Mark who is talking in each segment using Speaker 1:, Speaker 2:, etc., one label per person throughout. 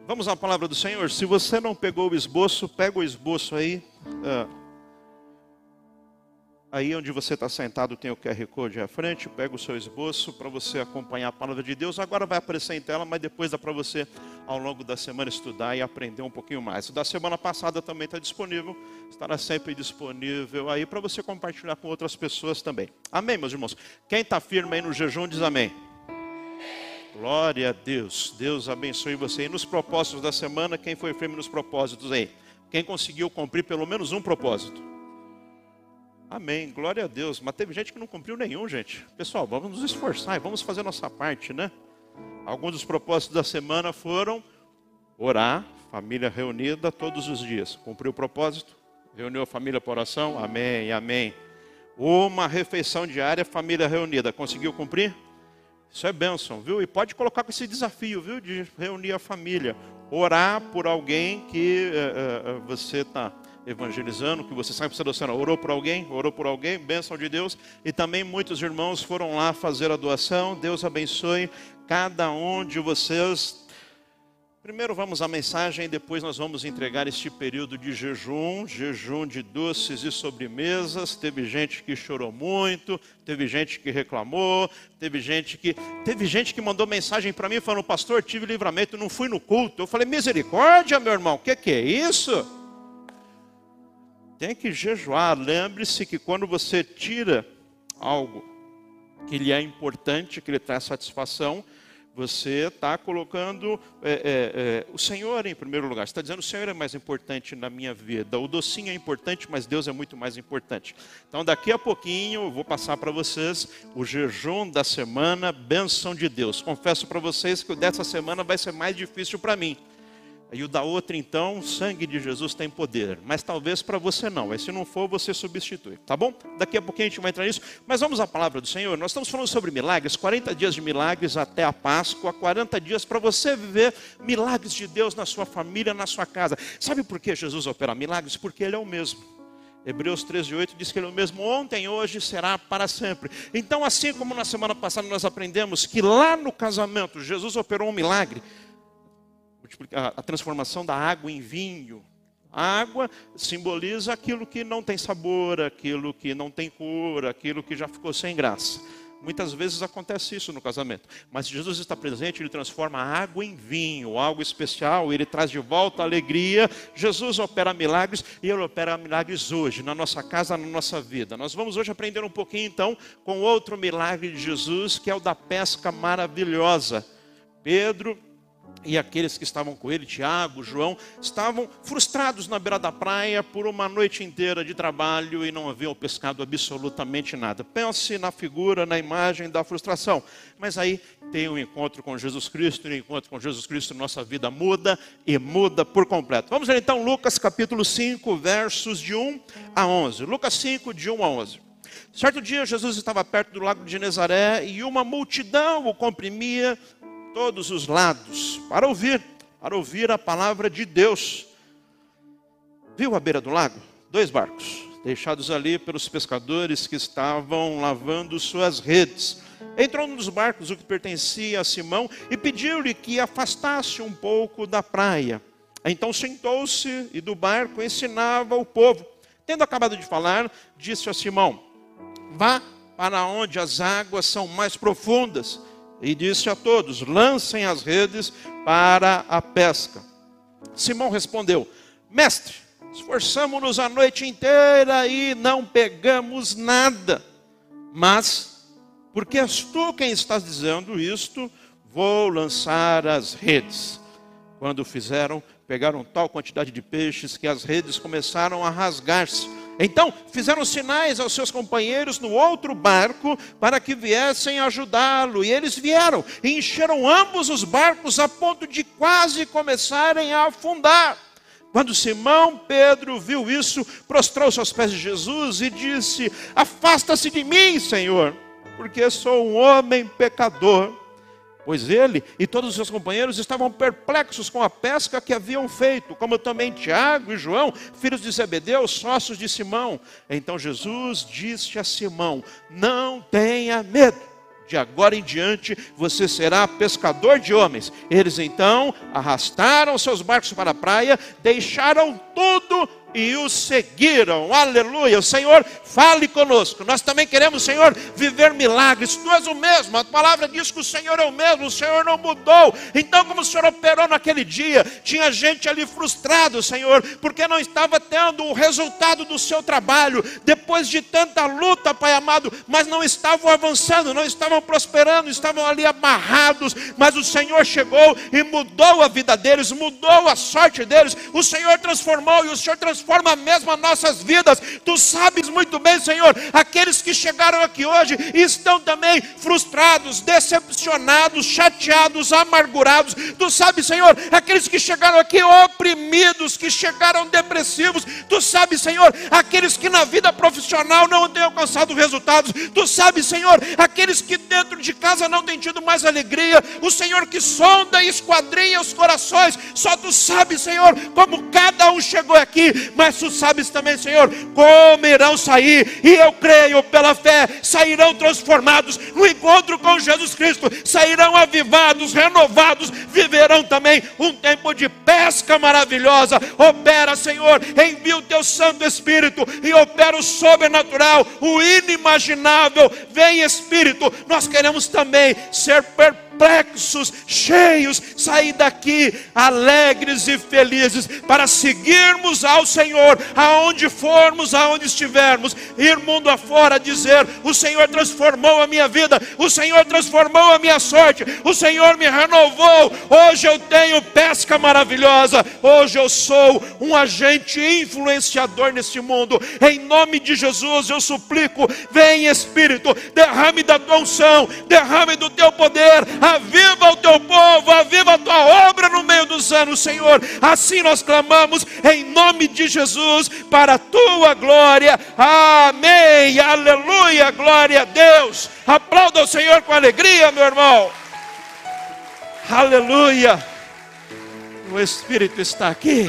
Speaker 1: Vamos à palavra do Senhor. Se você não pegou o esboço, pega o esboço aí. Aí onde você está sentado tem o QR Code à frente. Pega o seu esboço para você acompanhar a palavra de Deus. Agora vai aparecer em tela, mas depois dá para você, ao longo da semana, estudar e aprender um pouquinho mais. O da semana passada também está disponível. Estará sempre disponível aí para você compartilhar com outras pessoas também. Amém, meus irmãos? Quem está firme aí no jejum diz amém. Glória a Deus. Deus abençoe você. E nos propósitos da semana, quem foi firme nos propósitos aí? Quem conseguiu cumprir pelo menos um propósito? Amém. Glória a Deus. Mas teve gente que não cumpriu nenhum, gente. Pessoal, vamos nos esforçar e vamos fazer a nossa parte, né? Alguns dos propósitos da semana foram orar, família reunida todos os dias. Cumpriu o propósito? Reuniu a família para oração? Amém, amém. Uma refeição diária, família reunida. Conseguiu cumprir? Isso é bênção, viu? E pode colocar com esse desafio, viu? De reunir a família. Orar por alguém que você está evangelizando, que você sabe que você está orou por alguém, bênção de Deus. E também muitos irmãos foram lá fazer a doação. Deus abençoe cada um de vocês. Primeiro vamos à mensagem, depois nós vamos entregar este período de jejum de doces e sobremesas. Teve gente que chorou muito, teve gente que reclamou, teve gente que mandou mensagem para mim falando: pastor, tive livramento, não fui no culto. Eu falei: misericórdia, meu irmão, o que é isso? Tem que jejuar. Lembre-se que quando você tira algo que lhe é importante, que lhe traz satisfação, você está colocando o Senhor em primeiro lugar. Você está dizendo: o Senhor é mais importante na minha vida. O docinho é importante, mas Deus é muito mais importante. Então daqui a pouquinho eu vou passar para vocês o jejum da semana, bênção de Deus. Confesso para vocês que o dessa semana vai ser mais difícil para mim. E o da outra, então, o sangue de Jesus tem poder. Mas talvez para você não. Mas se não for, você substitui. Tá bom? Daqui a pouquinho a gente vai entrar nisso. Mas vamos à palavra do Senhor. Nós estamos falando sobre milagres. 40 dias de milagres até a Páscoa. 40 dias para você viver milagres de Deus na sua família, na sua casa. Sabe por que Jesus opera milagres? Porque Ele é o mesmo. Hebreus 13:8 diz que Ele é o mesmo ontem, hoje, será para sempre. Então, assim como na semana passada nós aprendemos que lá no casamento Jesus operou um milagre, a transformação da água em vinho. A água simboliza aquilo que não tem sabor, aquilo que não tem cor, aquilo que já ficou sem graça. Muitas vezes acontece isso no casamento. Mas Jesus está presente, Ele transforma a água em vinho, algo especial, Ele traz de volta a alegria. Jesus opera milagres e Ele opera milagres hoje, na nossa casa, na nossa vida. Nós vamos hoje aprender um pouquinho então com outro milagre de Jesus, que é o da pesca maravilhosa. Pedro e aqueles que estavam com ele, Tiago, João, estavam frustrados na beira da praia por uma noite inteira de trabalho e não haviam pescado absolutamente nada. Pense na figura, na imagem da frustração. Mas aí tem um encontro com Jesus Cristo, e no encontro com Jesus Cristo nossa vida muda e muda por completo. Vamos ler então Lucas capítulo 5, versos de 1 a 11. Lucas 5, de 1 a 11. Certo dia Jesus estava perto do lago de Genezaré e uma multidão o comprimia todos os lados, para ouvir a palavra de Deus. Viu à beira do lago 2 barcos, deixados ali pelos pescadores que estavam lavando suas redes. Entrou num dos barcos, o que pertencia a Simão, e pediu-lhe que afastasse um pouco da praia. Então sentou-se e do barco ensinava o povo. Tendo acabado de falar, disse a Simão: vá para onde as águas são mais profundas. E disse a todos: lancem as redes para a pesca. Simão respondeu: mestre, esforçamo-nos a noite inteira e não pegamos nada. Mas, porque és tu quem estás dizendo isto, vou lançar as redes. Quando o fizeram, pegaram tal quantidade de peixes que as redes começaram a rasgar-se. Então fizeram sinais aos seus companheiros no outro barco para que viessem ajudá-lo. E eles vieram e encheram ambos os barcos a ponto de quase começarem a afundar. Quando Simão Pedro viu isso, prostrou-se aos pés de Jesus e disse: afasta-se de mim, Senhor, porque sou um homem pecador. Pois ele e todos os seus companheiros estavam perplexos com a pesca que haviam feito, como também Tiago e João, filhos de Zebedeu, sócios de Simão. Então Jesus disse a Simão: não tenha medo, de agora em diante você será pescador de homens. Eles então arrastaram seus barcos para a praia, deixaram tudo e o seguiram. Aleluia. O Senhor fale conosco. Nós também queremos, Senhor, viver milagres. Tu és o mesmo. A palavra diz que o Senhor é o mesmo. O Senhor não mudou. Então, como o Senhor operou naquele dia, tinha gente ali frustrado, Senhor, porque não estava tendo o resultado do seu trabalho, depois de tanta luta, Pai amado, mas não estavam avançando, não estavam prosperando, estavam ali amarrados. Mas o Senhor chegou e mudou a vida deles, mudou a sorte deles. O Senhor transformou, e o Senhor transforma mesmo as nossas vidas. Tu sabes muito bem, Senhor, aqueles que chegaram aqui hoje e estão também frustrados, decepcionados, chateados, amargurados. Tu sabes, Senhor, aqueles que chegaram aqui oprimidos, que chegaram depressivos. Tu sabes, Senhor, aqueles que na vida profissional não têm alcançado resultados. Tu sabes, Senhor, aqueles que dentro de casa não têm tido mais alegria. O Senhor que sonda e esquadrinha os corações. Só Tu sabes, Senhor, como cada um chegou aqui. Mas Tu sabes também, Senhor, como irão sair. E eu creio pela fé, sairão transformados no encontro com Jesus Cristo. Sairão avivados, renovados. Viverão também um tempo de pesca maravilhosa. Opera, Senhor, envia o Teu Santo Espírito e opera o sobrenatural, o inimaginável. Vem, Espírito, nós queremos também ser perplexos, cheios, sair daqui alegres e felizes para seguirmos ao Senhor, aonde formos, aonde estivermos, ir mundo afora dizer: o Senhor transformou a minha vida, o Senhor transformou a minha sorte, o Senhor me renovou. Hoje eu tenho pesca maravilhosa, hoje eu sou um agente influenciador nesse mundo. Em nome de Jesus eu suplico: vem, Espírito, derrame da Tua unção, derrame do Teu poder, aviva o Teu povo, aviva a Tua obra no meio dos anos, Senhor. Assim nós clamamos em nome de Jesus, para a Tua glória. Amém, aleluia, glória a Deus. Aplauda o Senhor com alegria, meu irmão. Aleluia. O Espírito está aqui.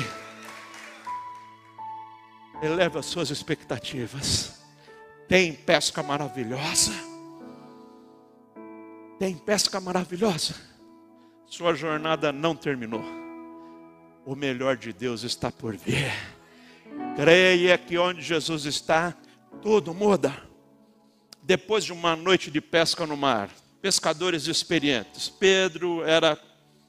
Speaker 1: Eleva as suas expectativas. Tem pesca maravilhosa. Tem pesca maravilhosa. Sua jornada não terminou. O melhor de Deus está por vir. Creia que onde Jesus está, tudo muda. Depois de uma noite de pesca no mar, pescadores experientes. Pedro era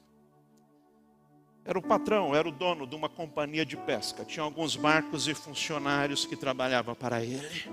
Speaker 1: o patrão, era o dono de uma companhia de pesca. Tinha alguns barcos e funcionários que trabalhavam para ele.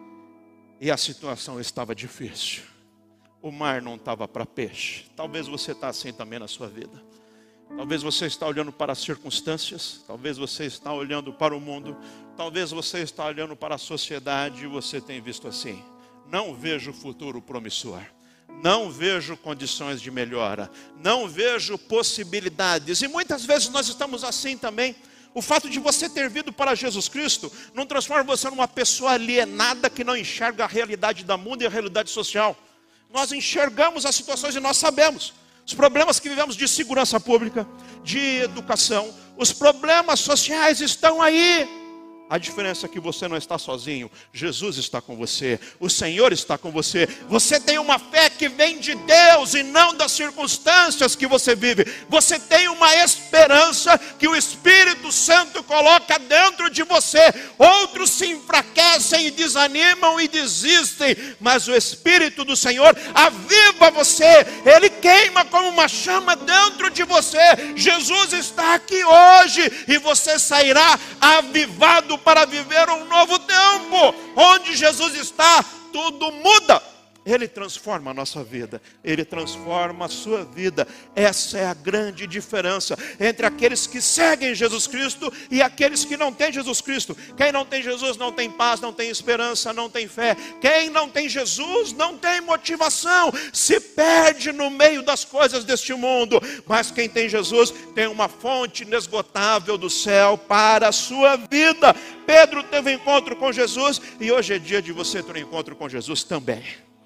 Speaker 1: E a situação estava difícil. O mar não estava para peixe. Talvez você está assim também na sua vida. Talvez você está olhando para as circunstâncias. Talvez você está olhando para o mundo. Talvez você está olhando para a sociedade e você tem visto assim: não vejo futuro promissor. Não vejo condições de melhora. Não vejo possibilidades. E muitas vezes nós estamos assim também. O fato de você ter vindo para Jesus Cristo não transforma você numa pessoa alienada que não enxerga a realidade do mundo e a realidade social. Nós enxergamos as situações e nós sabemos os problemas que vivemos de segurança pública, de educação. Os problemas sociais estão aí. A diferença é que você não está sozinho. Jesus está com você. O Senhor está com você. Você tem uma fé que vem de Deus e não das circunstâncias que você vive. Você tem uma esperança que o Espírito Santo coloca dentro de você. Outros se enfraquecem e desanimam e desistem, mas o Espírito do Senhor aviva você. Ele queima como uma chama dentro de você. Jesus está aqui hoje e você sairá avivado para viver um novo tempo. Onde Jesus está, tudo muda. Ele transforma a nossa vida. Ele transforma a sua vida. Essa é a grande diferença entre aqueles que seguem Jesus Cristo e aqueles que não têm Jesus Cristo. Quem não tem Jesus não tem paz, não tem esperança, não tem fé. Quem não tem Jesus não tem motivação. Se perde no meio das coisas deste mundo. Mas quem tem Jesus tem uma fonte inesgotável do céu para a sua vida. Pedro teve um encontro com Jesus e hoje é dia de você ter um encontro com Jesus também.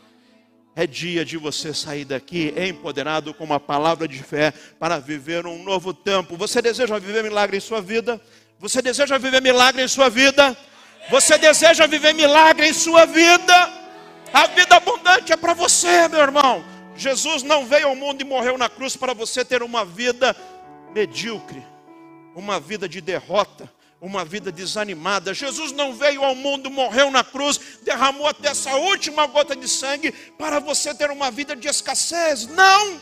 Speaker 1: É dia de você sair daqui empoderado com uma palavra de fé para viver um novo tempo. Você deseja viver milagre em sua vida? Você deseja viver milagre em sua vida? Você deseja viver milagre em sua vida? A vida abundante é para você, meu irmão. Jesus não veio ao mundo e morreu na cruz para você ter uma vida medíocre, uma vida de derrota, uma vida desanimada. Jesus não veio ao mundo, morreu na cruz, derramou até essa última gota de sangue para você ter uma vida de escassez. Não!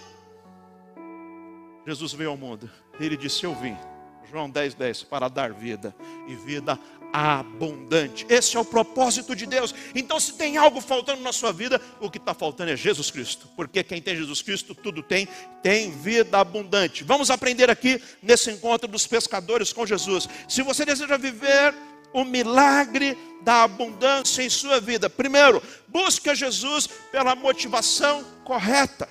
Speaker 1: Jesus veio ao mundo, ele disse: eu vim, João 10:10, para dar vida e vida abundante. Esse é o propósito de Deus. Então, se tem algo faltando na sua vida, o que está faltando é Jesus Cristo, porque quem tem Jesus Cristo, tudo tem vida abundante. Vamos aprender aqui nesse encontro dos pescadores com Jesus. Se você deseja viver o milagre da abundância em sua vida, primeiro, busque a Jesus pela motivação correta.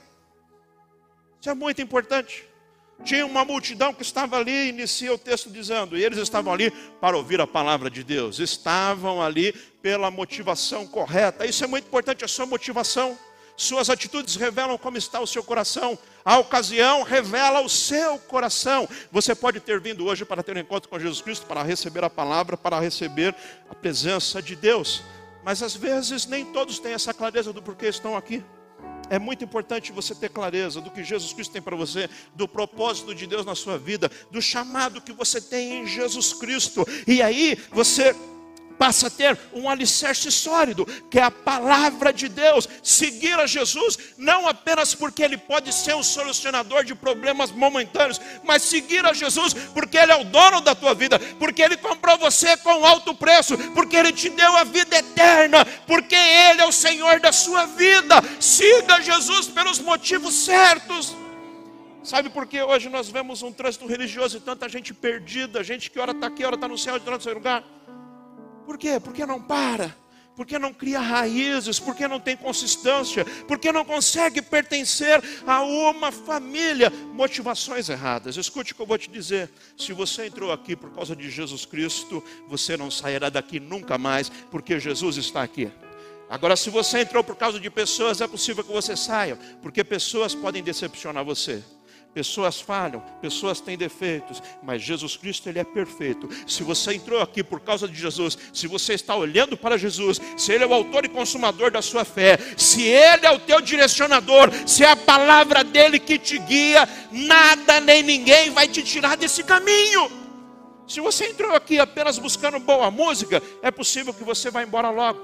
Speaker 1: Isso é muito importante. Tinha uma multidão que estava ali, inicia o texto dizendo, e eles estavam ali para ouvir a palavra de Deus, estavam ali pela motivação correta. Isso é muito importante, a sua motivação. Suas atitudes revelam como está o seu coração. A ocasião revela o seu coração. Você pode ter vindo hoje para ter um encontro com Jesus Cristo, para receber a palavra, para receber a presença de Deus, mas às vezes nem todos têm essa clareza do porquê estão aqui. É muito importante você ter clareza do que Jesus Cristo tem para você, do propósito de Deus na sua vida, do chamado que você tem em Jesus Cristo. E aí você passa a ter um alicerce sólido, que é a palavra de Deus. Seguir a Jesus, não apenas porque Ele pode ser um solucionador de problemas momentâneos, mas seguir a Jesus porque Ele é o dono da tua vida, porque Ele comprou você com alto preço, porque Ele te deu a vida eterna, porque Ele é o Senhor da sua vida. Siga Jesus pelos motivos certos. Sabe por que hoje nós vemos um trânsito religioso e tanta gente perdida, gente que ora está aqui, ora está no céu, ora está no seu lugar? Por quê? Porque não para, porque não cria raízes, porque não tem consistência, porque não consegue pertencer a uma família. Motivações erradas. Escute o que eu vou te dizer. Se você entrou aqui por causa de Jesus Cristo, você não sairá daqui nunca mais, porque Jesus está aqui. Agora, se você entrou por causa de pessoas, é possível que você saia, porque pessoas podem decepcionar você. Pessoas falham, pessoas têm defeitos, mas Jesus Cristo, Ele é perfeito. Se você entrou aqui por causa de Jesus, se você está olhando para Jesus, se Ele é o autor e consumador da sua fé, se Ele é o teu direcionador, se é a palavra dEle que te guia, nada nem ninguém vai te tirar desse caminho. Se você entrou aqui apenas buscando boa música, é possível que você vá embora logo.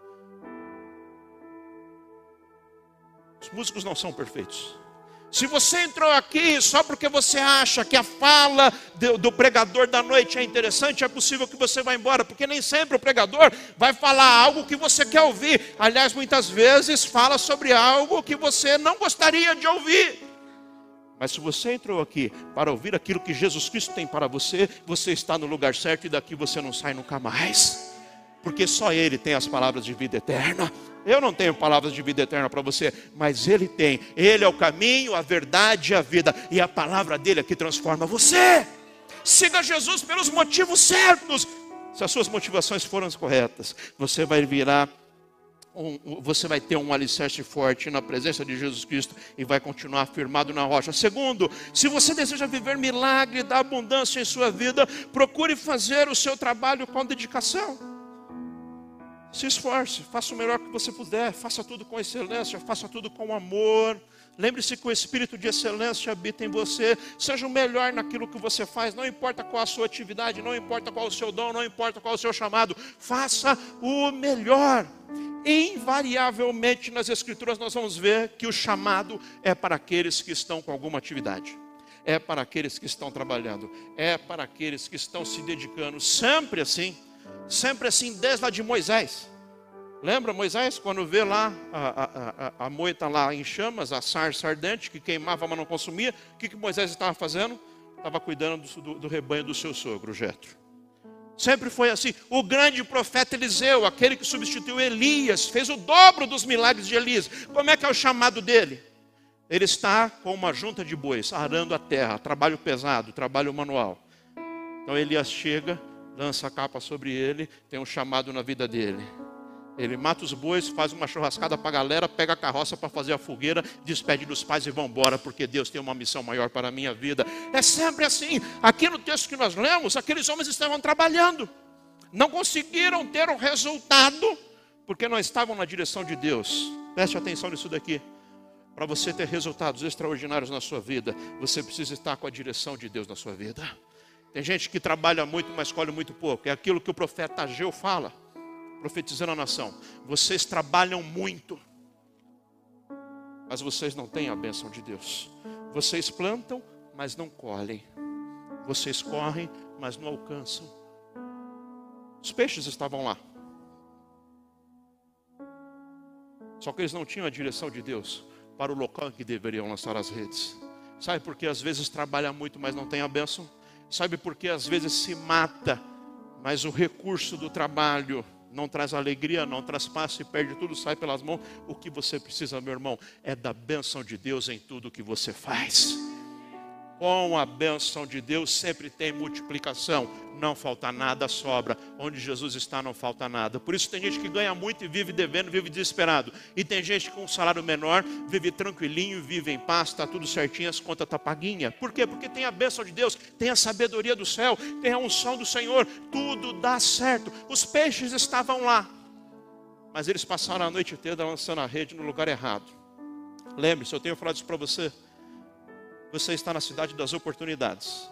Speaker 1: Os músicos não são perfeitos. Se você entrou aqui só porque você acha que a fala do pregador da noite é interessante, é possível que você vá embora, porque nem sempre o pregador vai falar algo que você quer ouvir. Aliás, muitas vezes fala sobre algo que você não gostaria de ouvir. Mas se você entrou aqui para ouvir aquilo que Jesus Cristo tem para você, você está no lugar certo e daqui você não sai nunca mais. Porque só Ele tem as palavras de vida eterna. Eu não tenho palavras de vida eterna para você, mas Ele tem. Ele é o caminho, a verdade e a vida. E a palavra dEle é que transforma você. Siga Jesus pelos motivos certos. Se as suas motivações forem as corretas, você vai ter um alicerce forte na presença de Jesus Cristo e vai continuar firmado na rocha. Segundo, se você deseja viver milagre da abundância em sua vida, procure fazer o seu trabalho com dedicação. Se esforce, faça o melhor que você puder, faça tudo com excelência, faça tudo com amor. Lembre-se que o Espírito de excelência habita em você. Seja o melhor naquilo que você faz, não importa qual a sua atividade, não importa qual o seu dom, não importa qual o seu chamado. Faça o melhor. Invariavelmente nas Escrituras nós vamos ver que o chamado é para aqueles que estão com alguma atividade. É para aqueles que estão trabalhando. É para aqueles que estão se dedicando. Sempre assim, desde lá de Moisés. Lembra Moisés, quando vê lá a moita lá em chamas, a sarça ardente, que queimava, mas não consumia, o que Moisés estava fazendo? Estava cuidando do rebanho do seu sogro, Jetro. Sempre foi assim. O grande profeta Eliseu, aquele que substituiu Elias, fez o dobro dos milagres de Elias. Como é que é o chamado dele? Ele está com uma junta de bois, arando a terra, trabalho pesado, trabalho manual. Então Elias chega, lança a capa sobre ele, tem um chamado na vida dele. Ele mata os bois, faz uma churrascada para a galera, pega a carroça para fazer a fogueira, despede dos pais e vão embora, porque Deus tem uma missão maior para a minha vida. É sempre assim. Aqui no texto que nós lemos, aqueles homens estavam trabalhando. Não conseguiram ter o resultado porque não estavam na direção de Deus. Preste atenção nisso daqui. Para você ter resultados extraordinários na sua vida, você precisa estar com a direção de Deus na sua vida. Tem gente que trabalha muito, mas colhe muito pouco. É aquilo que o profeta Ageu fala, profetizando a nação. Vocês trabalham muito, mas vocês não têm a bênção de Deus. Vocês plantam, mas não colhem. Vocês correm, mas não alcançam. Os peixes estavam lá. Só que eles não tinham a direção de Deus para o local em que deveriam lançar as redes. Sabe por que às vezes trabalha muito, mas não tem a bênção? Sabe por que às vezes se mata, mas o recurso do trabalho não traz alegria, não traz paz, se perde tudo, sai pelas mãos? O que você precisa, meu irmão, é da bênção de Deus em tudo que você faz. Com a bênção de Deus sempre tem multiplicação, não falta nada, sobra. Onde Jesus está não falta nada. Por isso tem gente que ganha muito e vive devendo, vive desesperado. E tem gente com um salário menor, vive tranquilinho, vive em paz, está tudo certinho, as contas estão paguinhas. Por quê? Porque tem a bênção de Deus, tem a sabedoria do céu, tem a unção do Senhor, tudo dá certo. Os peixes estavam lá, mas eles passaram a noite inteira lançando a rede no lugar errado. Lembre-se, eu tenho falado isso para você. Você está na cidade das oportunidades.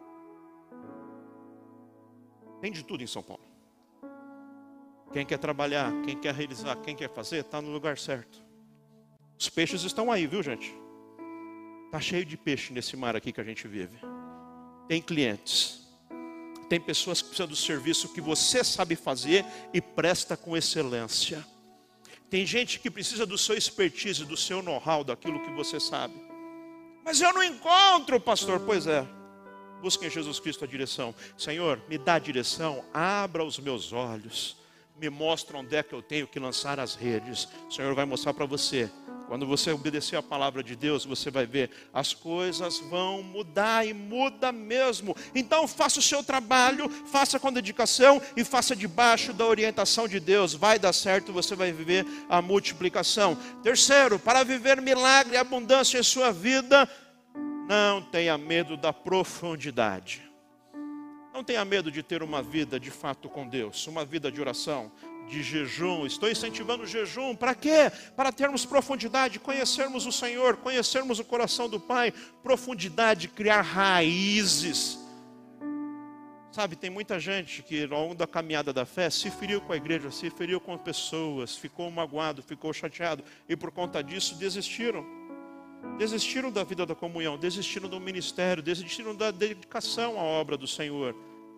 Speaker 1: Tem de tudo em São Paulo. Quem quer trabalhar, quem quer realizar, quem quer fazer, está no lugar certo. Os peixes estão aí, viu, gente? Está cheio de peixe nesse mar aqui que a gente vive. Tem clientes. Tem pessoas que precisam do serviço que você sabe fazer e presta com excelência. Tem gente que precisa do seu expertise, do seu know-how, daquilo que você sabe. Mas eu não encontro, pastor. Pois é, busque em Jesus Cristo a direção. Senhor, me dá a direção, abra os meus olhos, me mostra onde é que eu tenho que lançar as redes. O Senhor vai mostrar para você. Quando você obedecer a palavra de Deus, você vai ver, as coisas vão mudar e muda mesmo. Então faça o seu trabalho, faça com dedicação e faça debaixo da orientação de Deus. Vai dar certo, você vai viver a multiplicação. Terceiro, para viver milagre e abundância em sua vida, não tenha medo da profundidade. Não tenha medo de ter uma vida de fato com Deus, uma vida de oração, de jejum. Estou incentivando o jejum. Para quê? Para termos profundidade, conhecermos o Senhor, conhecermos o coração do Pai. Profundidade, criar raízes. Sabe, tem muita gente que ao longo da caminhada da fé se feriu com a igreja, se feriu com pessoas, ficou magoado, ficou chateado e por conta disso desistiram. Desistiram da vida da comunhão, desistiram do ministério, desistiram da dedicação à obra do Senhor.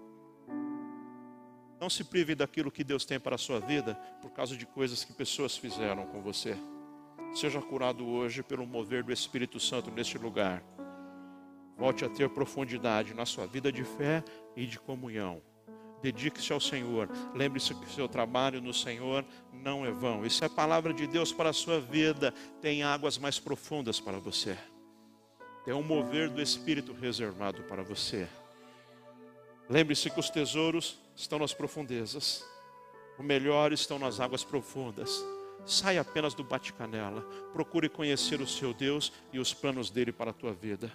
Speaker 1: Não se prive daquilo que Deus tem para a sua vida por causa de coisas que pessoas fizeram com você. Seja curado hoje pelo mover do Espírito Santo neste lugar. Volte a ter profundidade na sua vida de fé e de comunhão. Dedique-se ao Senhor. Lembre-se que o seu trabalho no Senhor não é vão. Isso é a palavra de Deus para a sua vida. Tem águas mais profundas para você. Tem um mover do Espírito reservado para você. Lembre-se que os tesouros estão nas profundezas. O melhor estão nas águas profundas. Saia apenas do bate-canela. Procure conhecer o seu Deus e os planos dele para a tua vida.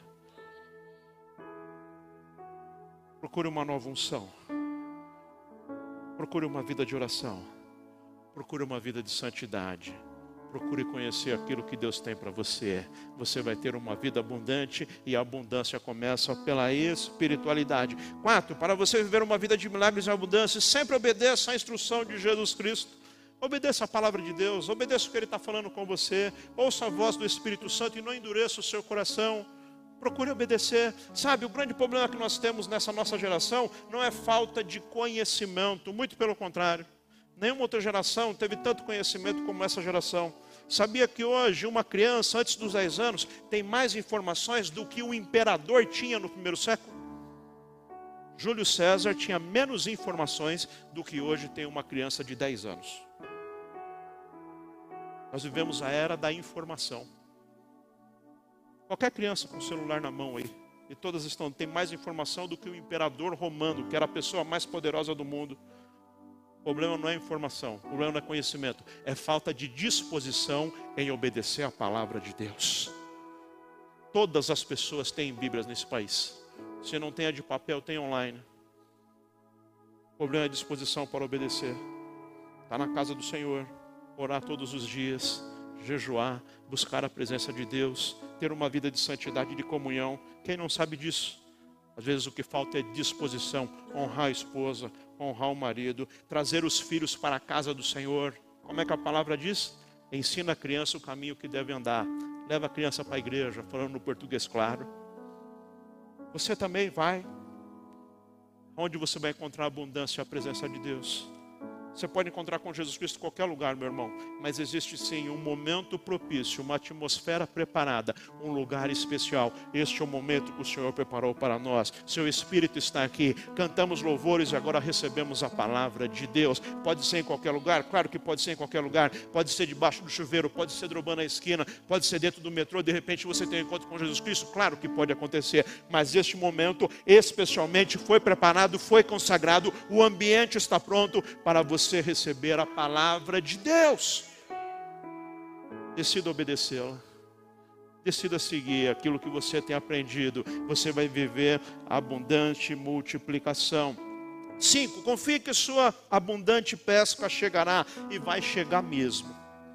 Speaker 1: Procure uma nova unção. Procure uma vida de oração. Procure uma vida de santidade. Procure conhecer aquilo que Deus tem para você. Você vai ter uma vida abundante e a abundância começa pela espiritualidade. 4, para você viver uma vida de milagres e abundância, sempre obedeça à instrução de Jesus Cristo. Obedeça a palavra de Deus, obedeça o que Ele está falando com você. Ouça a voz do Espírito Santo e não endureça o seu coração. Procure obedecer. Sabe, o grande problema que nós temos nessa nossa geração não é falta de conhecimento, muito pelo contrário. Nenhuma outra geração teve tanto conhecimento como essa geração. Sabia que hoje uma criança antes dos 10 anos tem mais informações do que o imperador tinha no primeiro século? Júlio César tinha menos informações do que hoje tem uma criança de 10 anos. Nós vivemos a era da informação. Qualquer criança com o celular na mão aí, e todas tem mais informação do que o imperador romano, que era a pessoa mais poderosa do mundo. O problema não é informação, o problema não é conhecimento, é falta de disposição em obedecer a palavra de Deus. Todas as pessoas têm Bíblias nesse país. Se não tem a de papel, tem online. O problema é a disposição para obedecer. estar na casa do Senhor, orar todos os dias, jejuar, buscar a presença de Deus, ter uma vida de santidade e de comunhão. Quem não sabe disso? Às vezes o que falta é disposição, honrar a esposa, honrar o marido, trazer os filhos para a casa do Senhor. Como é que a palavra diz? Ensina a criança o caminho que deve andar. Leva a criança para a igreja, falando no português claro. Você também vai. Onde você vai encontrar abundância e a presença de Deus? Você pode encontrar com Jesus Cristo em qualquer lugar, meu irmão. Mas existe sim um momento propício, uma atmosfera preparada, um lugar especial. Este é o momento que o Senhor preparou para nós. Seu Espírito está aqui. Cantamos louvores e agora recebemos a palavra de Deus. Pode ser em qualquer lugar? Claro que pode ser em qualquer lugar. Pode ser debaixo do chuveiro, pode ser drobando a esquina, pode ser dentro do metrô. De repente você tem um encontro com Jesus Cristo. Claro que pode acontecer. Mas este momento especialmente foi preparado, foi consagrado. O ambiente está pronto para você receber a palavra de Deus. Decida obedecê-la. Decida seguir aquilo que você tem aprendido. Você vai viver abundante multiplicação. 5. Confie que sua abundante pesca chegará, e vai chegar mesmo.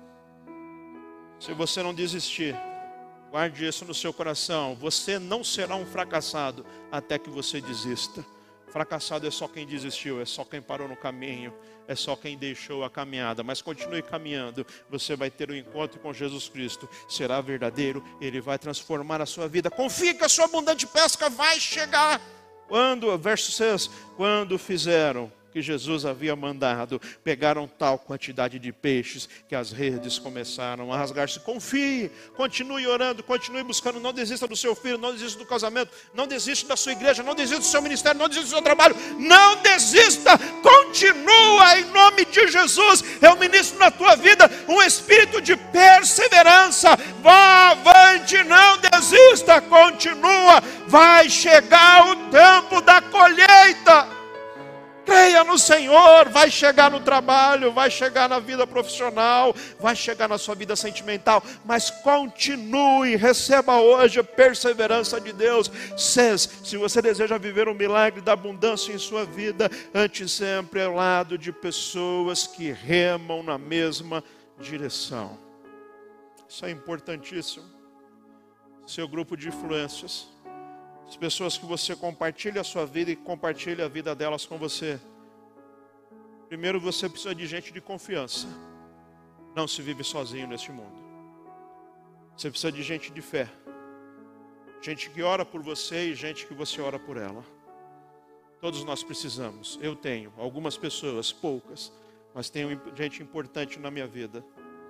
Speaker 1: Se você não desistir, guarde isso no seu coração. Você não será um fracassado até que você desista. Fracassado é só quem desistiu, é só quem parou no caminho, é só quem deixou a caminhada. Mas continue caminhando, você vai ter um encontro com Jesus Cristo. Será verdadeiro, Ele vai transformar a sua vida. Confie que a sua abundante pesca vai chegar. Quando, verso 6, quando fizeram que Jesus havia mandado, pegaram tal quantidade de peixes que as redes começaram a rasgar-se. Confie, continue orando, continue buscando. Não desista do seu filho, não desista do casamento, não desista da sua igreja, não desista do seu ministério, não desista do seu trabalho. Não desista, continua em nome de Jesus. Eu ministro na tua vida um espírito de perseverança. Vá avante, não desista, continua. Vai chegar o tempo da colheita. Creia no Senhor, vai chegar no trabalho, vai chegar na vida profissional, vai chegar na sua vida sentimental, mas continue, receba hoje a perseverança de Deus. 6. Se você deseja viver um milagre da abundância em sua vida, ande sempre ao lado de pessoas que remam na mesma direção. Isso é importantíssimo. Seu grupo de influências, as pessoas que você compartilha a sua vida e compartilha a vida delas com você. Primeiro, você precisa de gente de confiança. Não se vive sozinho neste mundo. Você precisa de gente de fé. Gente que ora por você e gente que você ora por ela. Todos nós precisamos. Eu tenho algumas pessoas, poucas, mas tenho gente importante na minha vida.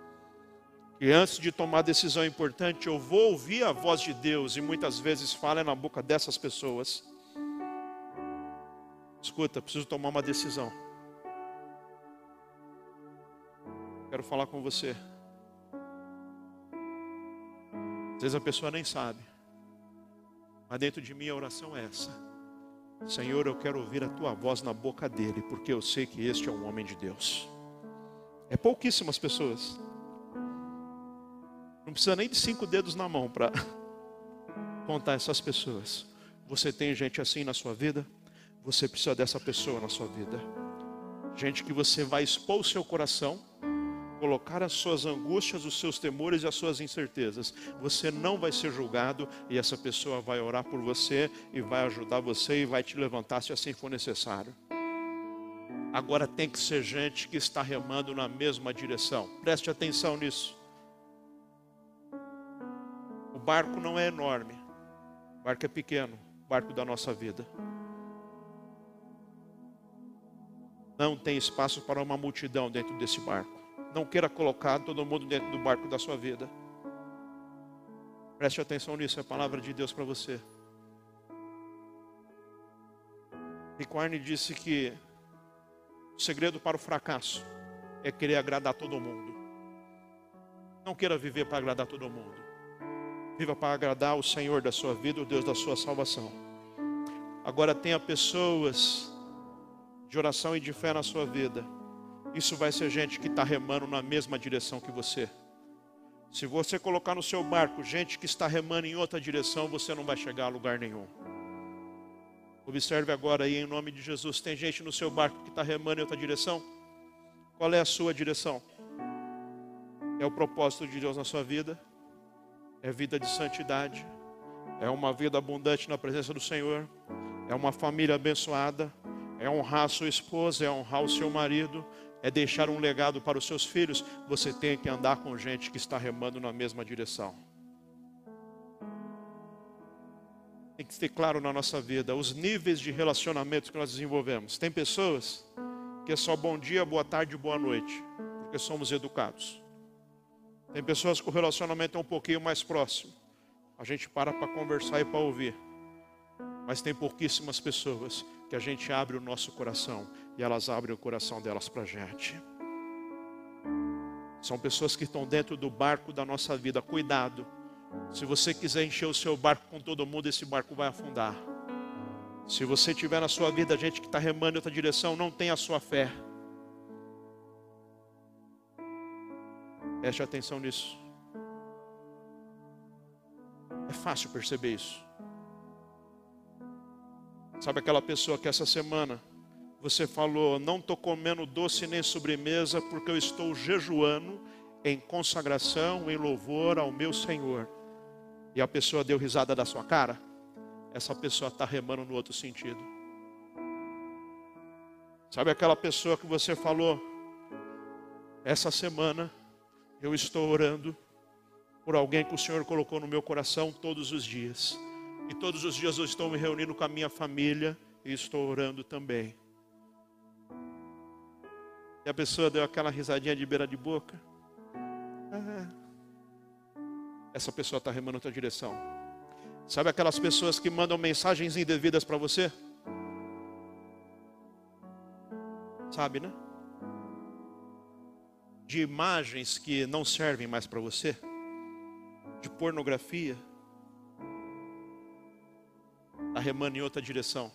Speaker 1: E antes de tomar decisão importante, eu vou ouvir a voz de Deus, e muitas vezes fala na boca dessas pessoas. Escuta, preciso tomar uma decisão. Quero falar com você. Às vezes a pessoa nem sabe, mas dentro de mim a oração é essa: Senhor, eu quero ouvir a tua voz na boca dele, porque eu sei que este é um homem de Deus. É pouquíssimas pessoas. Não precisa nem de 5 dedos na mão para contar essas pessoas. Você tem gente assim na sua vida? Você precisa dessa pessoa na sua vida. Gente que você vai expor o seu coração, colocar as suas angústias, os seus temores e as suas incertezas. Você não vai ser julgado, e essa pessoa vai orar por você e vai ajudar você e vai te levantar se assim for necessário. Agora tem que ser gente que está remando na mesma direção. Preste atenção nisso. O barco não é enorme, o barco é pequeno, o barco da nossa vida. Não tem espaço para uma multidão dentro desse barco. Não queira colocar todo mundo dentro do barco da sua vida. Preste atenção nisso, é a palavra de Deus para você. Rick Warren disse que o segredo para o fracasso é querer agradar todo mundo. Não queira viver para agradar todo mundo. Viva para agradar o Senhor da sua vida, o Deus da sua salvação. Agora tenha pessoas de oração e de fé na sua vida. Isso vai ser gente que está remando na mesma direção que você. Se você colocar no seu barco gente que está remando em outra direção, você não vai chegar a lugar nenhum. Observe agora aí, em nome de Jesus. Tem gente no seu barco que está remando em outra direção? Qual é a sua direção? É o propósito de Deus na sua vida? É vida de santidade? É uma vida abundante na presença do Senhor? É uma família abençoada? É honrar a sua esposa? É honrar o seu marido? É deixar um legado para os seus filhos? Você tem que andar com gente que está remando na mesma direção. Tem que ter claro na nossa vida os níveis de relacionamento que nós desenvolvemos. Tem pessoas que é só bom dia, boa tarde, boa noite, porque somos educados. Tem pessoas que o relacionamento é um pouquinho mais próximo. A gente para conversar e para ouvir. Mas tem pouquíssimas pessoas que a gente abre o nosso coração e elas abrem o coração delas para a gente. São pessoas que estão dentro do barco da nossa vida. Cuidado. Se você quiser encher o seu barco com todo mundo, esse barco vai afundar. Se você tiver na sua vida gente que está remando em outra direção, não tenha a sua fé. Preste atenção nisso. É fácil perceber isso. Sabe aquela pessoa que essa semana você falou, não estou comendo doce nem sobremesa porque eu estou jejuando em consagração, em louvor ao meu Senhor. E a pessoa deu risada da sua cara? Essa pessoa está remando no outro sentido. Sabe aquela pessoa que você falou, essa semana eu estou orando por alguém que o Senhor colocou no meu coração todos os dias. E todos os dias eu estou me reunindo com a minha família e estou orando também. E a pessoa deu aquela risadinha de beira de boca. Essa pessoa está remando em outra direção. Sabe aquelas pessoas que mandam mensagens indevidas para você? Sabe, né? De imagens que não servem mais para você. De pornografia. Está remando em outra direção.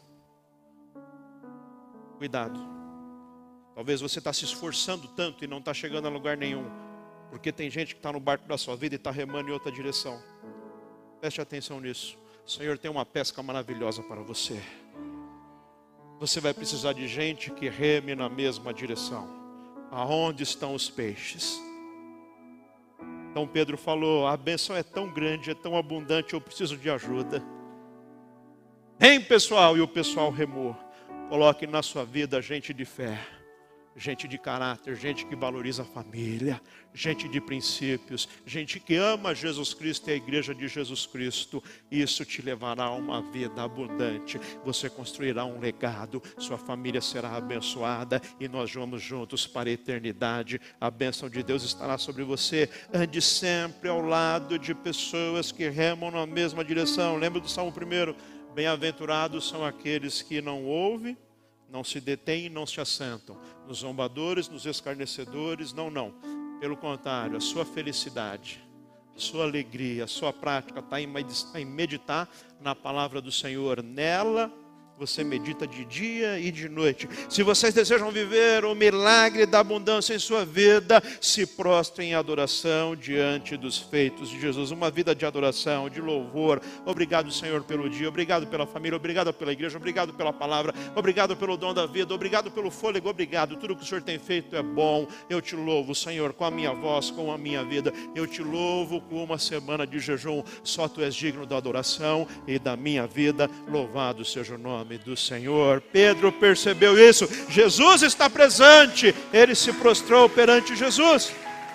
Speaker 1: Cuidado. Talvez você está se esforçando tanto e não está chegando a lugar nenhum. Porque tem gente que está no barco da sua vida e está remando em outra direção. Preste atenção nisso. O Senhor tem uma pesca maravilhosa para você. Você vai precisar de gente que reme na mesma direção. Aonde estão os peixes? Então Pedro falou, a bênção é tão grande, é tão abundante, eu preciso de ajuda. Vem pessoal, e o pessoal remou. Coloque na sua vida gente de fé. Gente de caráter, gente que valoriza a família, gente de princípios, gente que ama Jesus Cristo e a igreja de Jesus Cristo. Isso te levará a uma vida abundante. Você construirá um legado, sua família será abençoada e nós vamos juntos para a eternidade. A bênção de Deus estará sobre você. Ande sempre ao lado de pessoas que remam na mesma direção. Lembra do Salmo 1? Bem-aventurados são aqueles que não ouvem, não se detêm e não se assentam nos zombadores, nos escarnecedores, não. Pelo contrário, a sua felicidade, a sua alegria, a sua prática está em meditar na palavra do Senhor. Nela você medita de dia e de noite. Se vocês desejam viver o milagre da abundância em sua vida, se prostrem em adoração diante dos feitos de Jesus. Uma vida de adoração, de louvor. Obrigado, Senhor, pelo dia. Obrigado pela família. Obrigado pela igreja. Obrigado pela palavra. Obrigado pelo dom da vida. Obrigado pelo fôlego. Obrigado. Tudo que o Senhor tem feito é bom. Eu te louvo, Senhor, com a minha voz, com a minha vida. Eu te louvo com uma semana de jejum. Só Tu és digno da adoração e da minha vida. Louvado seja o nome do Senhor. Pedro percebeu isso. Jesus está presente. Ele se prostrou perante Jesus.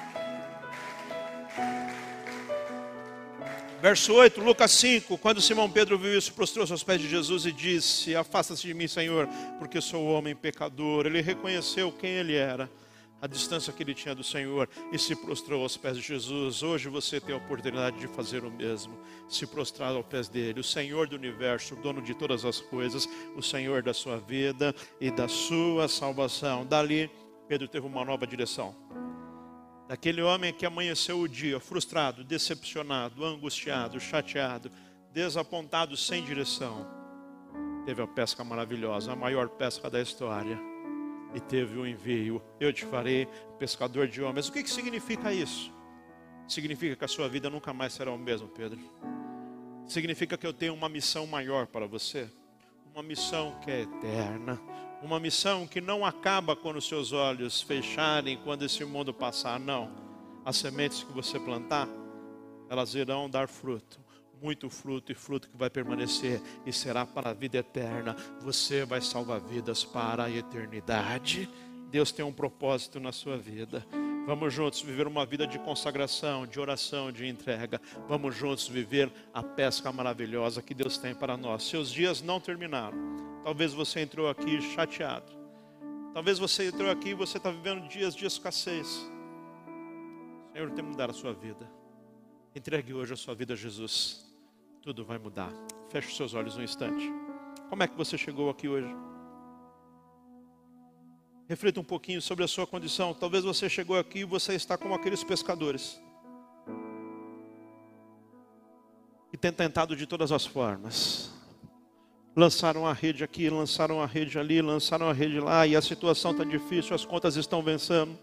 Speaker 1: Verso 8, Lucas 5. Quando Simão Pedro viu isso, prostrou-se aos pés de Jesus e disse: afasta-se de mim, Senhor, porque sou homem pecador. Ele reconheceu quem ele era, a distância que ele tinha do Senhor, e se prostrou aos pés de Jesus. Hoje você tem a oportunidade de fazer o mesmo, se prostrar aos pés dele. O Senhor do universo, o dono de todas as coisas, o Senhor da sua vida e da sua salvação. Dali, Pedro teve uma nova direção. Daquele homem que amanheceu o dia frustrado, decepcionado, angustiado, chateado, desapontado, sem direção, teve a pesca maravilhosa, a maior pesca da história. E teve um envio. Eu te farei pescador de homens. O que significa isso? Significa que a sua vida nunca mais será o mesmo, Pedro. Significa que eu tenho uma missão maior para você. Uma missão que é eterna. Uma missão que não acaba quando os seus olhos fecharem, quando esse mundo passar, não. As sementes que você plantar, elas irão dar fruto. Muito fruto e fruto que vai permanecer e será para a vida eterna. Você vai salvar vidas para a eternidade. Deus tem um propósito na sua vida. Vamos juntos viver uma vida de consagração, de oração, de entrega. Vamos juntos viver a pesca maravilhosa que Deus tem para nós. Seus dias não terminaram. Talvez você entrou aqui chateado. Talvez você entrou aqui e você está vivendo dias de escassez. O Senhor tem que mudar a sua vida. Entregue hoje a sua vida a Jesus. Tudo vai mudar. Feche os seus olhos um instante. Como é que você chegou aqui hoje? Reflita um pouquinho sobre a sua condição. Talvez você chegou aqui e você está como aqueles pescadores que têm tentado de todas as formas. Lançaram a rede aqui, lançaram a rede ali, lançaram a rede lá, e a situação está difícil, as contas estão vencendo.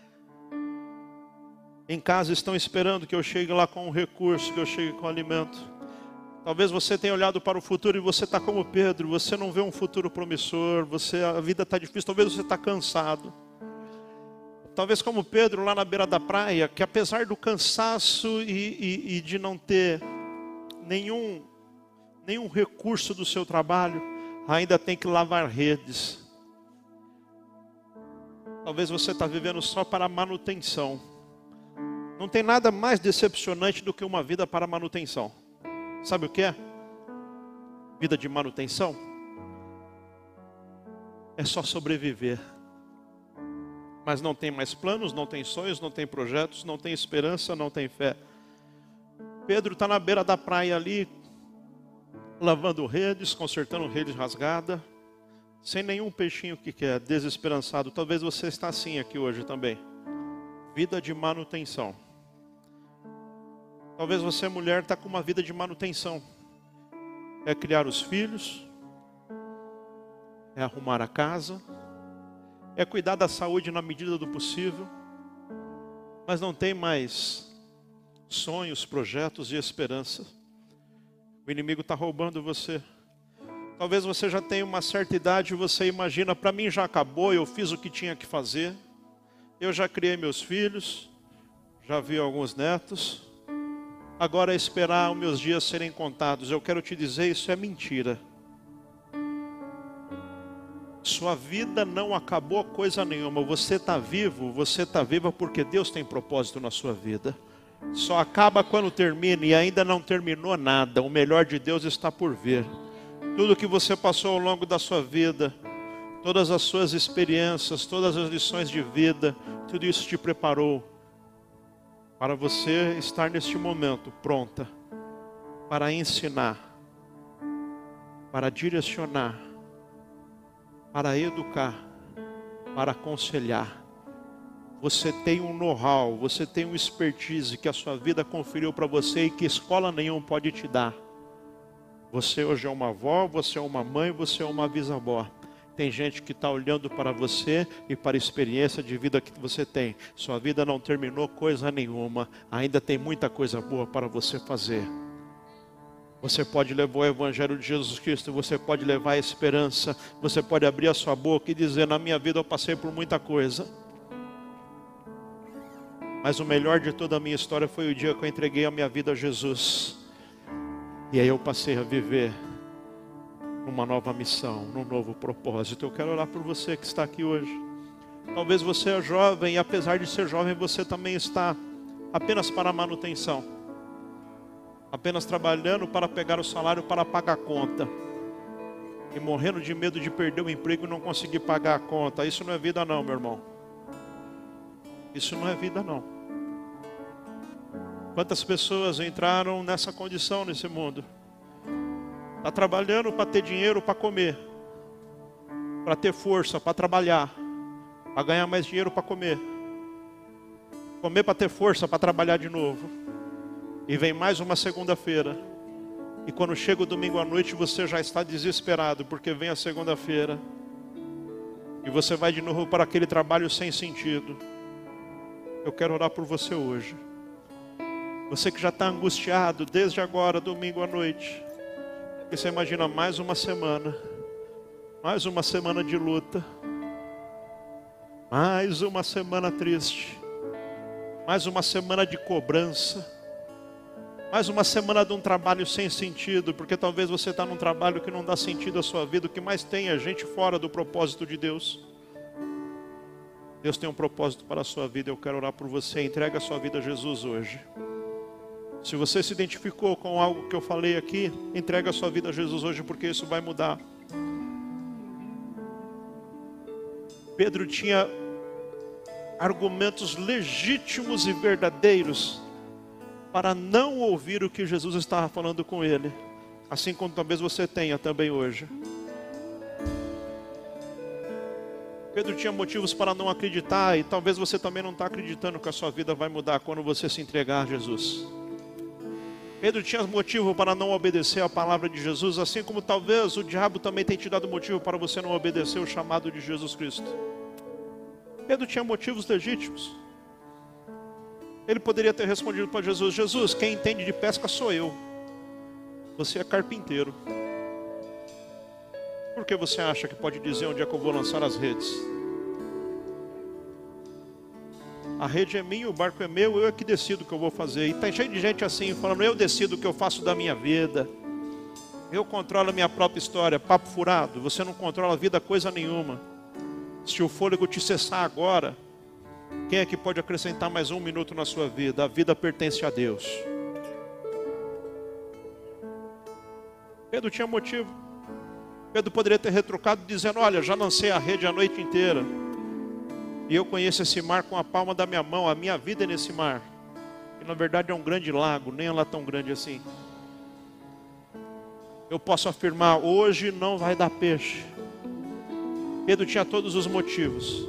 Speaker 1: Em casa estão esperando que eu chegue lá com um recurso, que eu chegue com alimento. Talvez você tenha olhado para o futuro e você está como Pedro, você não vê um futuro promissor, a vida está difícil, talvez você está cansado. Talvez como Pedro lá na beira da praia, que apesar do cansaço e de não ter nenhum recurso do seu trabalho, ainda tem que lavar redes. Talvez você está vivendo só para manutenção. Não tem nada mais decepcionante do que uma vida para manutenção. Sabe o que é? Vida de manutenção é só sobreviver. Mas não tem mais planos, não tem sonhos, não tem projetos, não tem esperança, não tem fé. Pedro está na beira da praia ali, lavando redes, consertando redes rasgadas, sem nenhum peixinho que quer, desesperançado. Talvez você está assim aqui hoje também. Vida de manutenção. Talvez você, mulher, está com uma vida de manutenção. É criar os filhos, é arrumar a casa, é cuidar da saúde na medida do possível, mas não tem mais sonhos, projetos e esperança. O inimigo está roubando você. Talvez você já tenha uma certa idade e você imagina, para mim já acabou, eu fiz o que tinha que fazer, eu já criei meus filhos, já vi alguns netos, agora é esperar os meus dias serem contados. Eu quero te dizer, isso é mentira. Sua vida não acabou coisa nenhuma. Você está vivo, você está viva porque Deus tem propósito na sua vida. Só acaba quando termina e ainda não terminou nada. O melhor de Deus está por vir. Tudo que você passou ao longo da sua vida, todas as suas experiências, todas as lições de vida, tudo isso te preparou para você estar neste momento pronta para ensinar, para direcionar, para educar, para aconselhar. Você tem um know-how, você tem um expertise que a sua vida conferiu para você e que escola nenhuma pode te dar. Você hoje é uma avó, você é uma mãe, você é uma bisavó. Tem gente que está olhando para você e para a experiência de vida que você tem. Sua vida não terminou coisa nenhuma. Ainda tem muita coisa boa para você fazer. Você pode levar o Evangelho de Jesus Cristo. Você pode levar a esperança. Você pode abrir a sua boca e dizer, na minha vida eu passei por muita coisa. Mas o melhor de toda a minha história foi o dia que eu entreguei a minha vida a Jesus. E aí eu passei a viver numa nova missão, num novo propósito. Eu quero orar por você que está aqui hoje. Talvez você é jovem e apesar de ser jovem, você também está apenas para a manutenção. Apenas trabalhando para pegar o salário para pagar a conta. E morrendo de medo de perder o emprego e não conseguir pagar a conta. Isso não é vida não, meu irmão. Isso não é vida não. Quantas pessoas entraram nessa condição nesse mundo? Está trabalhando para ter dinheiro para comer, para ter força para trabalhar, para ganhar mais dinheiro para comer. Comer para ter força para trabalhar de novo. E vem mais uma segunda-feira. E quando chega o domingo à noite você já está desesperado porque vem a segunda-feira. E você vai de novo para aquele trabalho sem sentido. Eu quero orar por você hoje. Você que já está angustiado desde agora, domingo à noite. E você imagina mais uma semana. Mais uma semana de luta. Mais uma semana triste. Mais uma semana de cobrança. Mais uma semana de um trabalho sem sentido, porque talvez você está num trabalho que não dá sentido à sua vida. O que mais tem é gente fora do propósito de Deus. Deus tem um propósito para a sua vida. Eu quero orar por você. Entrega a sua vida a Jesus hoje. Se você se identificou com algo que eu falei aqui, entrega a sua vida a Jesus hoje, porque isso vai mudar. Pedro tinha argumentos legítimos e verdadeiros para não ouvir o que Jesus estava falando com ele, assim como talvez você tenha também hoje. Pedro tinha motivos para não acreditar, e talvez você também não está acreditando que a sua vida vai mudar quando você se entregar a Jesus. Pedro tinha motivo para não obedecer a palavra de Jesus, assim como talvez o diabo também tenha te dado motivo para você não obedecer o chamado de Jesus Cristo. Pedro tinha motivos legítimos. Ele poderia ter respondido para Jesus: Jesus, quem entende de pesca sou eu. Você é carpinteiro. Por que você acha que pode dizer onde é que eu vou lançar as redes? A rede é minha, o barco é meu, eu é que decido o que eu vou fazer. E está cheio de gente assim, falando: eu decido o que eu faço da minha vida. Eu controlo a minha própria história. Papo furado. Você não controla a vida coisa nenhuma. Se o fôlego te cessar agora, quem é que pode acrescentar mais um minuto na sua vida? A vida pertence a Deus. Pedro tinha motivo. Pedro poderia ter retrucado dizendo: olha, já lancei a rede a noite inteira. E eu conheço esse mar com a palma da minha mão. A minha vida é nesse mar. E na verdade é um grande lago, nem é lá tão grande assim. Eu posso afirmar: hoje não vai dar peixe. Pedro tinha todos os motivos.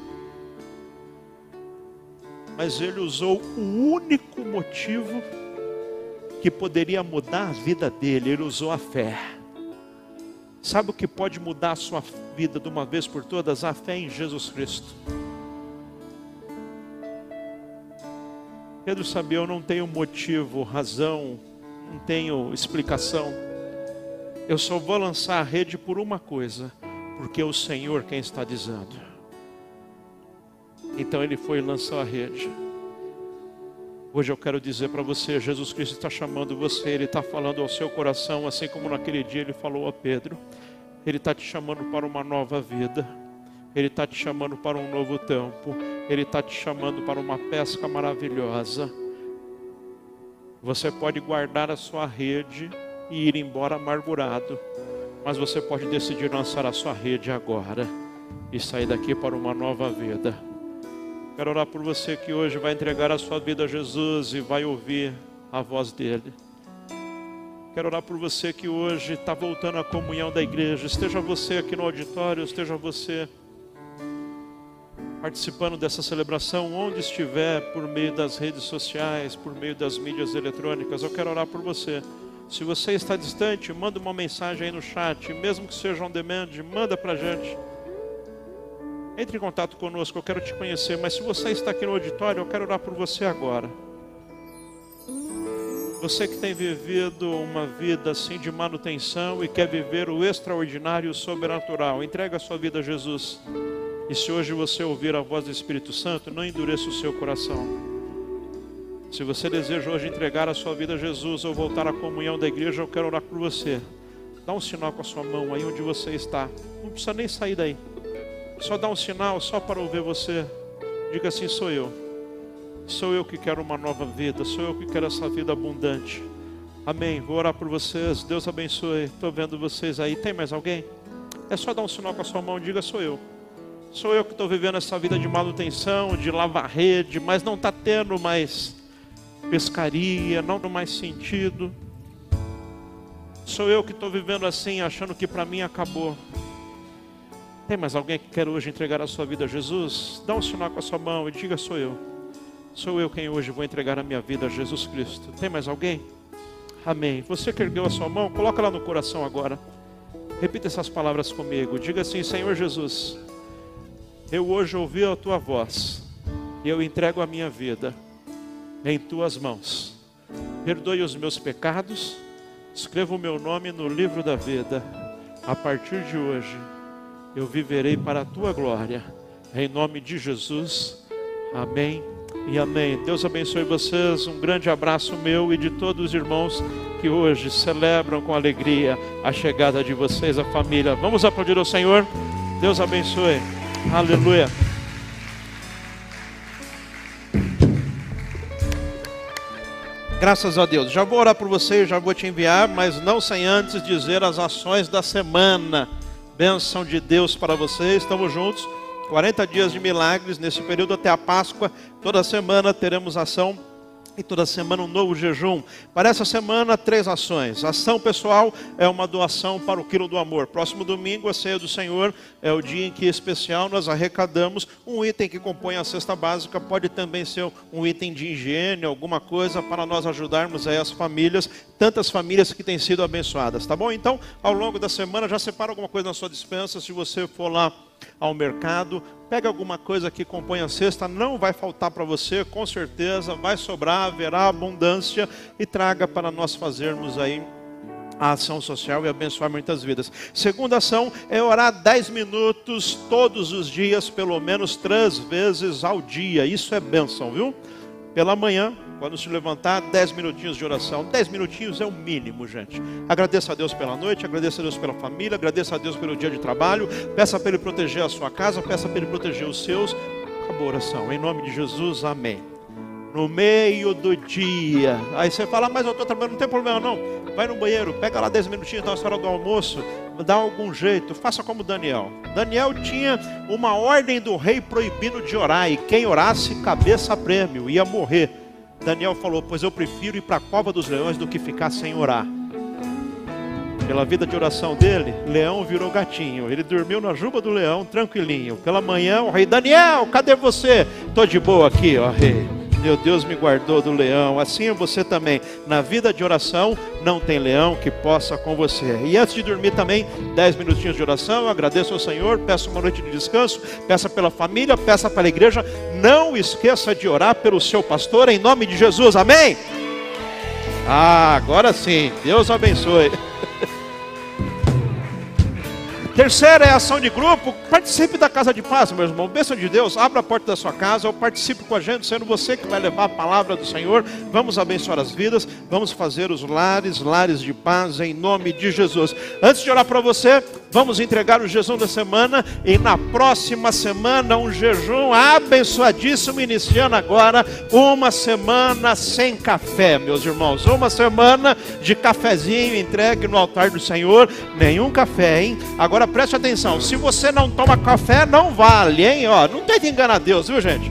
Speaker 1: Mas ele usou o único motivo que poderia mudar a vida dele. Ele usou a fé. Sabe o que pode mudar a sua vida de uma vez por todas? A fé em Jesus Cristo. Pedro sabia: eu não tenho motivo, razão, não tenho explicação. Eu só vou lançar a rede por uma coisa: porque é o Senhor quem está dizendo. Então ele foi e lançou a rede. Hoje eu quero dizer para você: Jesus Cristo está chamando você. Ele está falando ao seu coração, assim como naquele dia ele falou a Pedro. Ele está te chamando para uma nova vida. Ele está te chamando para um novo tempo. Ele está te chamando para uma pesca maravilhosa. Você pode guardar a sua rede e ir embora amargurado, mas você pode decidir lançar a sua rede agora e sair daqui para uma nova vida. Quero orar por você que hoje vai entregar a sua vida a Jesus e vai ouvir a voz dele. Quero orar por você que hoje está voltando à comunhão da igreja. Esteja você aqui no auditório, esteja você participando dessa celebração, onde estiver, por meio das redes sociais, por meio das mídias eletrônicas. Eu quero orar por você. Se você está distante, manda uma mensagem aí no chat, mesmo que seja on demand, manda para a gente. Entre em contato conosco, eu quero te conhecer. Mas se você está aqui no auditório, eu quero orar por você agora. Você que tem vivido uma vida assim de manutenção e quer viver o extraordinário e o sobrenatural, entrega a sua vida a Jesus. E se hoje você ouvir a voz do Espírito Santo, não endureça o seu coração. Se você deseja hoje entregar a sua vida a Jesus ou voltar à comunhão da igreja, eu quero orar por você. Dá um sinal com a sua mão aí onde você está. Não precisa nem sair daí. Só dá um sinal, só para ouvir você. Diga assim: sou eu. Sou eu que quero uma nova vida. Sou eu que quero essa vida abundante. Amém. Vou orar por vocês. Deus abençoe. Estou vendo vocês aí. Tem mais alguém? É só dar um sinal com a sua mão. Diga: sou eu. Sou eu que estou vivendo essa vida de manutenção, de lavar rede, mas não está tendo mais pescaria, não tem mais sentido. Sou eu que estou vivendo assim, achando que para mim acabou. Tem mais alguém que quer hoje entregar a sua vida a Jesus? Dá um sinal com a sua mão e diga: sou eu. Sou eu quem hoje vou entregar a minha vida a Jesus Cristo. Tem mais alguém? Amém. Você que ergueu a sua mão, coloca lá no coração agora. Repita essas palavras comigo. Diga assim: Senhor Jesus, eu hoje ouvi a tua voz e eu entrego a minha vida em tuas mãos. Perdoe os meus pecados, escreva o meu nome no livro da vida. A partir de hoje eu viverei para a tua glória. Em nome de Jesus, amém e amém. Deus abençoe vocês, um grande abraço meu e de todos os irmãos que hoje celebram com alegria a chegada de vocês, a família. Vamos aplaudir ao Senhor? Deus abençoe, aleluia. Graças a Deus. Já vou orar por você, já vou te enviar, mas não sem antes dizer as ações da semana. Bênção de Deus para vocês, estamos juntos. 40 dias de milagres, nesse período até a Páscoa. Toda semana teremos ação e toda semana um novo jejum. Para essa semana, 3 ações. Ação pessoal é uma doação para o Quilo do Amor. Próximo domingo, a Ceia do Senhor, é o dia em que, especial, nós arrecadamos um item que compõe a cesta básica. Pode também ser um item de higiene, alguma coisa para nós ajudarmos aí as famílias, tantas famílias que têm sido abençoadas, tá bom? Então, ao longo da semana, já separa alguma coisa na sua despensa. Se você for lá ao mercado, pega alguma coisa que compõe a cesta, não vai faltar para você, com certeza, vai sobrar, haverá abundância, e traga para nós fazermos aí a ação social e abençoar muitas vidas. Segunda ação é orar 10 minutos todos os dias, pelo menos 3 vezes ao dia. Isso é bênção, viu? Pela manhã, quando se levantar, 10 minutinhos de oração. 10 minutinhos é o mínimo, gente. Agradeça a Deus pela noite, agradeça a Deus pela família, agradeça a Deus pelo dia de trabalho. Peça para Ele proteger a sua casa, peça para Ele proteger os seus. Acabou a oração. Em nome de Jesus, amém. No meio do dia. Aí você fala, mas eu estou trabalhando, não tem problema não. Vai no banheiro, pega lá 10 minutinhos na hora do almoço, dá algum jeito, faça como Daniel. Daniel tinha uma ordem do rei proibindo de orar, e quem orasse, cabeça a prêmio, ia morrer. Daniel falou, pois eu prefiro ir para a cova dos leões do que ficar sem orar. Pela vida de oração dele, leão virou gatinho. Ele dormiu na juba do leão, tranquilinho. Pela manhã, o rei, Daniel, cadê você? Estou de boa aqui, ó rei. Meu Deus me guardou do leão. Assim é você também. Na vida de oração, não tem leão que possa com você. E antes de dormir também, 10 minutinhos de oração. Agradeço ao Senhor, peço uma noite de descanso, peça pela família, peça pela igreja. Não esqueça de orar pelo seu pastor, em nome de Jesus, amém? Ah, agora sim, Deus abençoe. Terceira é a ação de grupo. Participe da Casa de Paz, meu irmão. Bênção de Deus, abra a porta da sua casa, ou participe com a gente, sendo você que vai levar a palavra do Senhor. Vamos abençoar as vidas, vamos fazer os lares de paz, em nome de Jesus. Antes de orar para você, vamos entregar o jejum da semana, e na próxima semana um jejum abençoadíssimo, iniciando agora uma semana sem café, meus irmãos. Uma semana de cafezinho entregue no altar do Senhor. Nenhum café, hein? Agora preste atenção, se você não toma café, não vale, hein? Ó, não tente enganar Deus, viu, gente?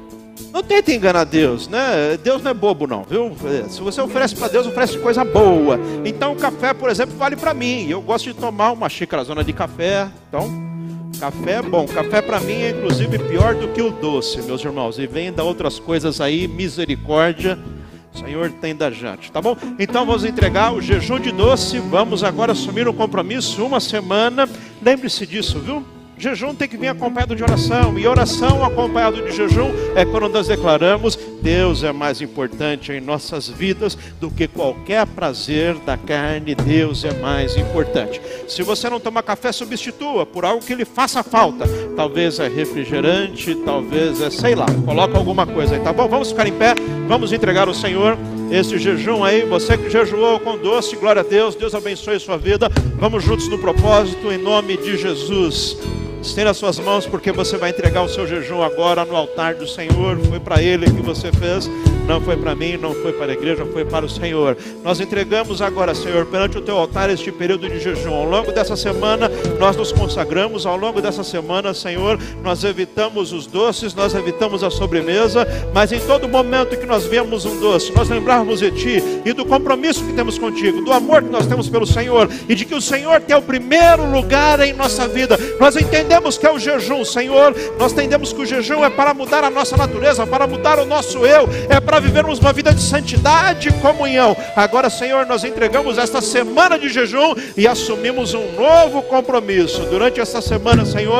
Speaker 1: Não tente enganar Deus, né? Deus não é bobo não, viu? Se você oferece para Deus, oferece coisa boa. Então o café, por exemplo, vale para mim. Eu gosto de tomar uma xícarazona de café. Então, café é bom. Café para mim é inclusive pior do que o doce, meus irmãos. E vem da outras coisas aí, misericórdia. O Senhor tem da gente, tá bom? Então vamos entregar o jejum de doce. Vamos agora assumir um compromisso, uma semana. Lembre-se disso, viu? Jejum tem que vir acompanhado de oração. E oração acompanhado de jejum é quando nós declaramos: Deus é mais importante em nossas vidas do que qualquer prazer da carne. Deus é mais importante. Se você não toma café, substitua por algo que lhe faça falta. Talvez é refrigerante, talvez é, sei lá, coloca alguma coisa aí, tá bom? Vamos ficar em pé, vamos entregar ao Senhor esse jejum aí. Você que jejuou com doce, glória a Deus, Deus abençoe a sua vida. Vamos juntos no propósito, em nome de Jesus. Estenda as suas mãos, porque você vai entregar o seu jejum agora no altar do Senhor. Foi para Ele que você fez, não foi para mim, não foi para a igreja, foi para o Senhor. Nós entregamos agora, Senhor, perante o Teu altar este período de jejum. Ao longo dessa semana, nós nos consagramos. Ao longo dessa semana, Senhor, nós evitamos os doces, nós evitamos a sobremesa. Mas em todo momento que nós vemos um doce, nós lembrarmos de Ti e do compromisso que temos contigo, do amor que nós temos pelo Senhor, e de que o Senhor tem o primeiro lugar em nossa vida. Nós entendemos que é o jejum, Senhor. Nós entendemos que o jejum é para mudar a nossa natureza, para mudar o nosso eu, é para vivermos uma vida de santidade e comunhão. Agora, Senhor, nós entregamos esta semana de jejum e assumimos um novo compromisso. Durante esta semana, Senhor,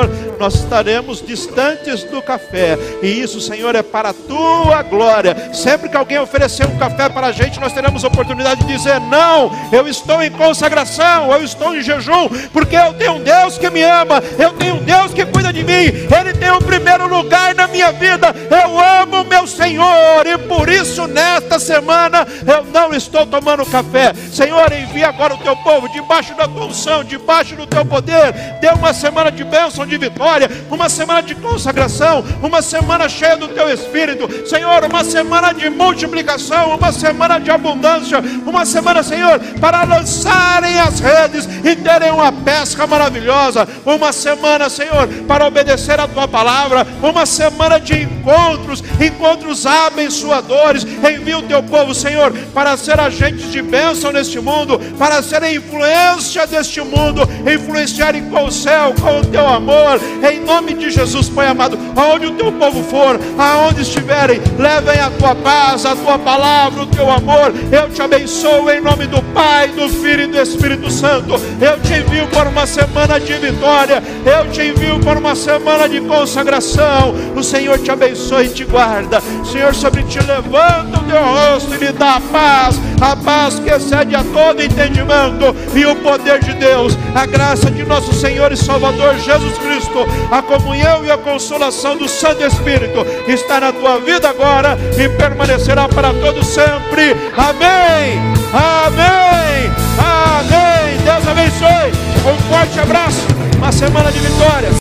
Speaker 1: nós estaremos distantes do café. E isso, Senhor, é para a tua glória. Sempre que alguém oferecer um café para a gente, nós teremos a oportunidade de dizer: não, eu estou em consagração, eu estou em jejum, porque eu tenho um Deus que me ama, eu tenho um Deus que cuida de mim, Ele tem o primeiro lugar na minha vida. Eu amo meu Senhor, e por isso nesta semana eu não estou tomando café. Senhor, envia agora o teu povo debaixo da tua unção, debaixo do teu poder. Dê uma semana de bênção, de vitória, uma semana de consagração, uma semana cheia do teu Espírito, Senhor, uma semana de multiplicação, uma semana de abundância, uma semana, Senhor, para lançarem as redes e terem uma pesca maravilhosa, uma semana, Senhor, para obedecer a tua palavra, uma semana de encontros abençoadores. Envia o teu povo, Senhor, para ser agentes de bênção neste mundo, para ser a influência deste mundo, influenciarem com o céu, com o teu amor, em nome de Jesus, Pai amado. Aonde o teu povo for, aonde estiverem, levem a tua paz, a tua palavra, o teu amor. Eu te abençoo em nome do Pai, do Filho e do Espírito Santo. Eu te envio para uma semana de vitória, eu te envio para uma semana de consagração. O Senhor te abençoe e te guarda. Senhor, sobre ti levanta o teu rosto e lhe dá a paz que excede a todo entendimento, e o poder de Deus, a graça de nosso Senhor e Salvador Jesus Cristo, a comunhão e a consolação do Santo Espírito está na tua vida agora e permanecerá para todo sempre. Amém, amém, amém. Deus abençoe. Um forte abraço, uma semana de vitória.